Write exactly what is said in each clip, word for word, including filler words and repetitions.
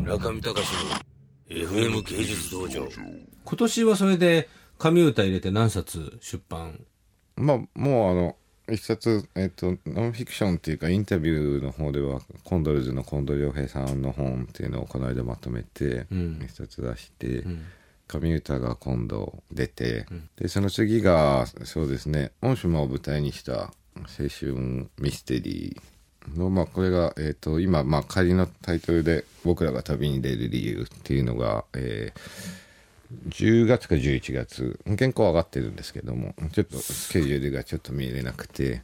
中見隆の エフエム 芸術道場。 今年はそれで紙歌入れて何冊出版？ まあもうあの一冊、えっとノンフィクションっていうかインタビューの方ではコンドルズの近藤良平さんの本っていうのをこの間まとめて一冊出して、うん、紙歌が今度出て、うん、でその次がそうですね大島を舞台にした青春ミステリーの、まあ、これが、えー、と今、まあ、仮のタイトルで僕らが旅に出る理由っていうのが、えー、じゅうがつかじゅういちがつ原稿上がってるんですけどもちょっとスケジュールがちょっと見れなくて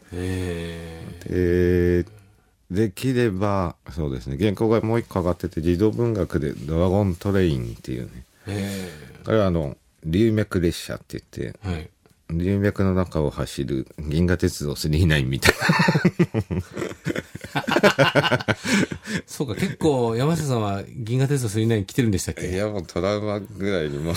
でできればそうですね原稿がもう一個上がってて児童文学でドラゴントレインっていうねこれはあの龍脈列車って言って、はい龍脈の中を走る銀河鉄道さんじゅうきゅうみたいなそうか結構山下さんは銀河鉄道さんじゅうきゅう来てるんでしたっけ？ いやもうトラウマぐらいにも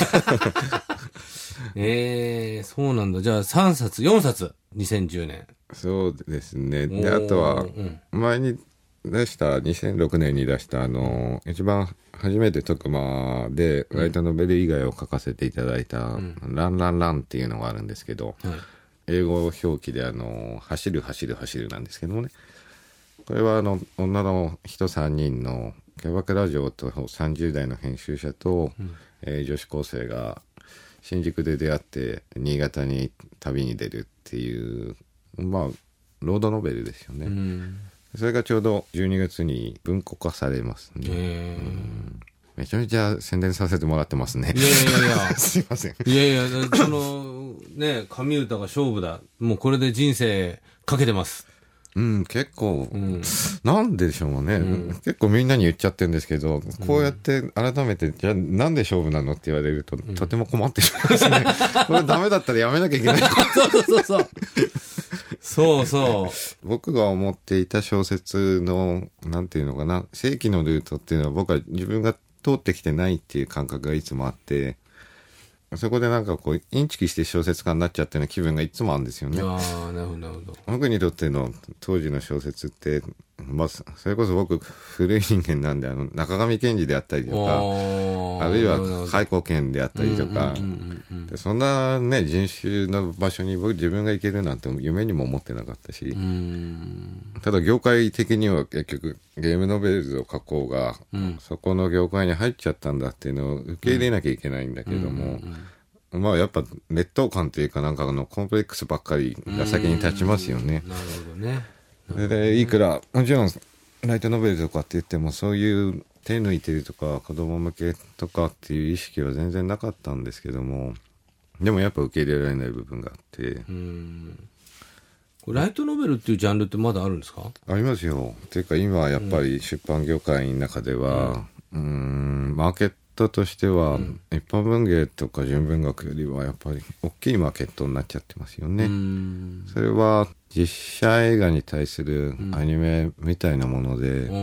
えー、そうなんだ。じゃあさんさつよんさつにせんじゅうねんそうですね。であとは前に出したにせんろくねんに出したあの一番初めて特番でライトノベル以外を書かせていただいた、うん、ランランランっていうのがあるんですけど、はい、英語表記であの走る走る走るなんですけどもねこれはあの女の人さんにんのキャバクラ嬢とさんじゅう代の編集者と、うんえー、女子高生が新宿で出会って新潟に旅に出るっていうまあロードノベルですよね、うんそれがちょうどじゅうにがつに文庫化されますね。へーうんめちゃめちゃ宣伝させてもらってますね。 いやいやいやすいません。 いやいや、その、ね、紙歌が勝負だ。もうこれで人生かけてます。 うん、結構、うん、なんでしょうね、うん。結構みんなに言っちゃってるんですけど、こうやって改めて、じゃあなんで勝負なのって言われると、うん、とても困ってしまいますね。これダメだったらやめなきゃいけない。 そうそうそうそう。そうそう。 僕が思っていた小説の、なんていうのかな、正規のルートっていうのは僕は自分が通ってきてないっていう感覚がいつもあって、そこでなんかこう、インチキして小説家になっちゃってる気分がいつもあるんですよね。 ああ、なるほど、なるほど。 僕にとっての当時の小説って、まあ、それこそ僕、古い人間なんで、あの、中上健二であったりとか、あるいは開口健であったりとか、そんなね、人種の場所に僕自分が行けるなんて夢にも思ってなかったし、うんただ業界的には結局ゲームノベルズを書こうが、うん、そこの業界に入っちゃったんだっていうのを受け入れなきゃいけないんだけども、うんうんうんまあやっぱ劣等感というかなんかのコンプレックスばっかりが先に立ちますよね。 なるほどね。 ででいくらもちろんライトノベルとかって言ってもそういう手抜いてるとか子供向けとかっていう意識は全然なかったんですけどもでもやっぱ受け入れられない部分があってうんライトノベルっていうジャンルってまだあるんですか？ ありますよ。っていうか今はやっぱり出版業界の中では、うん、うーんマーケットとしては、うん、一般文芸とか純文学よりはやっぱり大きいマーケットになっちゃってますよね。うんそれは実写映画に対するアニメみたいなもので、うん、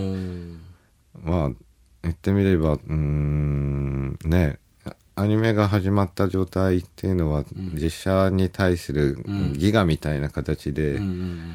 まあ言ってみればうーんねアニメが始まった状態っていうのは、うん、実写に対するギガみたいな形で、うん、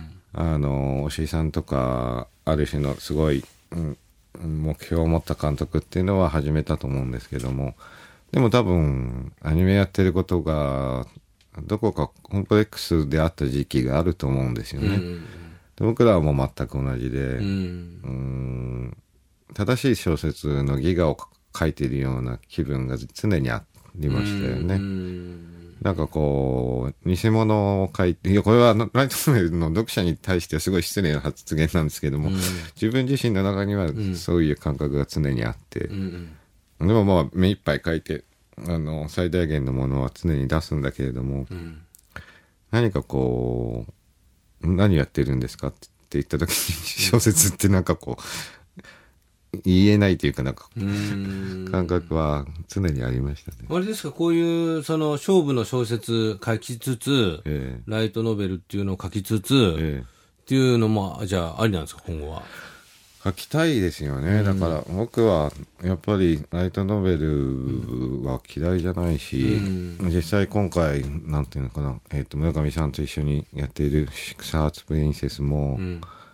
あのおしいさんとかある種のすごい、うん、目標を持った監督っていうのは始めたと思うんですけどもでも多分アニメやってることがどこかコンプレックスであった時期があると思うんですよね、うん、で僕らはもう全く同じで、うん、うーん正しい小説のギガを書いているような気分が常にありましたよね。んなんかこう偽物を書いていやこれはライトノベルの読者に対してはすごい失礼な発言なんですけども自分自身の中にはそういう感覚が常にあってでもまあ目いっぱい書いてあの最大限のものは常に出すんだけれども、うん、何かこう何やってるんですかって言った時に小説ってなんかこう言えないというかなんか感覚は常にありましたね。 あれですかこういうその勝負の小説書きつつ、えー、ライトノベルっていうのを書きつつ、えー、っていうのもじゃあありなんですか今後は。 書きたいですよね。だから僕はやっぱりライトノベルは嫌いじゃないし、うん、実際今回なんていうのかな、えっと村上さんと一緒にやっているシックスハーツプリンセスも、うん、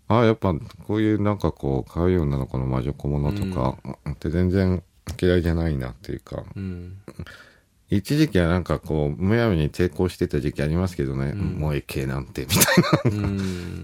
ああ、やっぱこういうなんかこう、可愛い女の子の魔女小物とかって全然嫌いじゃないなっていうか、うん、一時期はなんかこう、むやみに抵抗してた時期ありますけどね、うん、萌え系なんてみたいな。うん、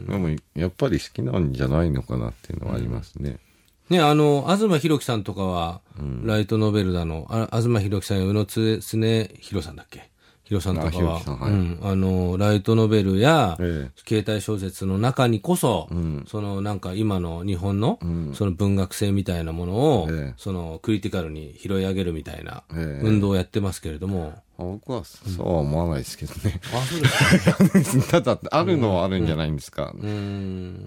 でもやっぱり好きなんじゃないのかなっていうのはありますね。 うん、ね、あの、東博樹さんとかは、うん、ライトノベルだの、あ東博樹さんや宇野常弘さんだっけヒロさんとかは、あ、はい、うん、あの、ライトノベルや、ええ、携帯小説の中にこそ、うん、そのなんか今の日本の、うん、その文学性みたいなものを、ええ、そのクリティカルに拾い上げるみたいな運動をやってますけれども。 ええ、僕はそうは思わないですけどね。 あ、そうですか。 ただ、あるのはあるんじゃないんですか。うん、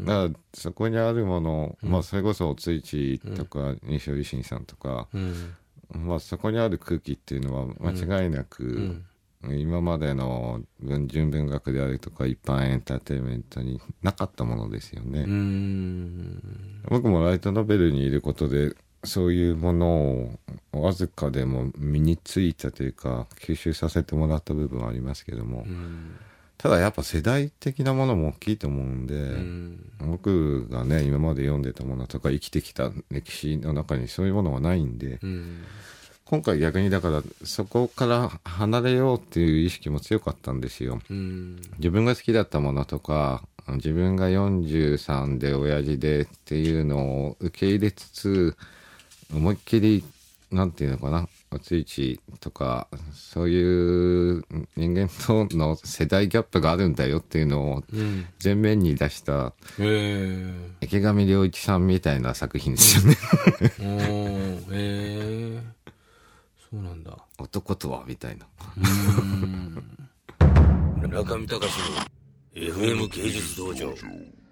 だから、そこにあるもの、うん、まあ、それこそ、ついちとか、西尾維新さんとか、うん、まあ、そこにある空気っていうのは間違いなく、うんうん、今までの純文学であるとか一般エンターテインメントになかったものですよね。うーん、僕もライトノベルにいることでそういうものをわずかでも身についたというか吸収させてもらった部分はありますけども、ただやっぱ世代的なものも大きいと思うんで、うん僕がね今まで読んでたものとか生きてきた歴史の中にそういうものはないんで、うん今回逆にだからそこから離れようっていう意識も強かったんですよ。うん自分が好きだったものとか自分がよんじゅうさんで親父でっていうのを受け入れつつ思いっきりなんていうのかなおついちとかそういう人間との世代ギャップがあるんだよっていうのを前面に出した池上良一さんみたいな作品ですよね。うん、おーへーそうなんだ。男とはみたいな。うーん中見隆の エフエム 芸術道場。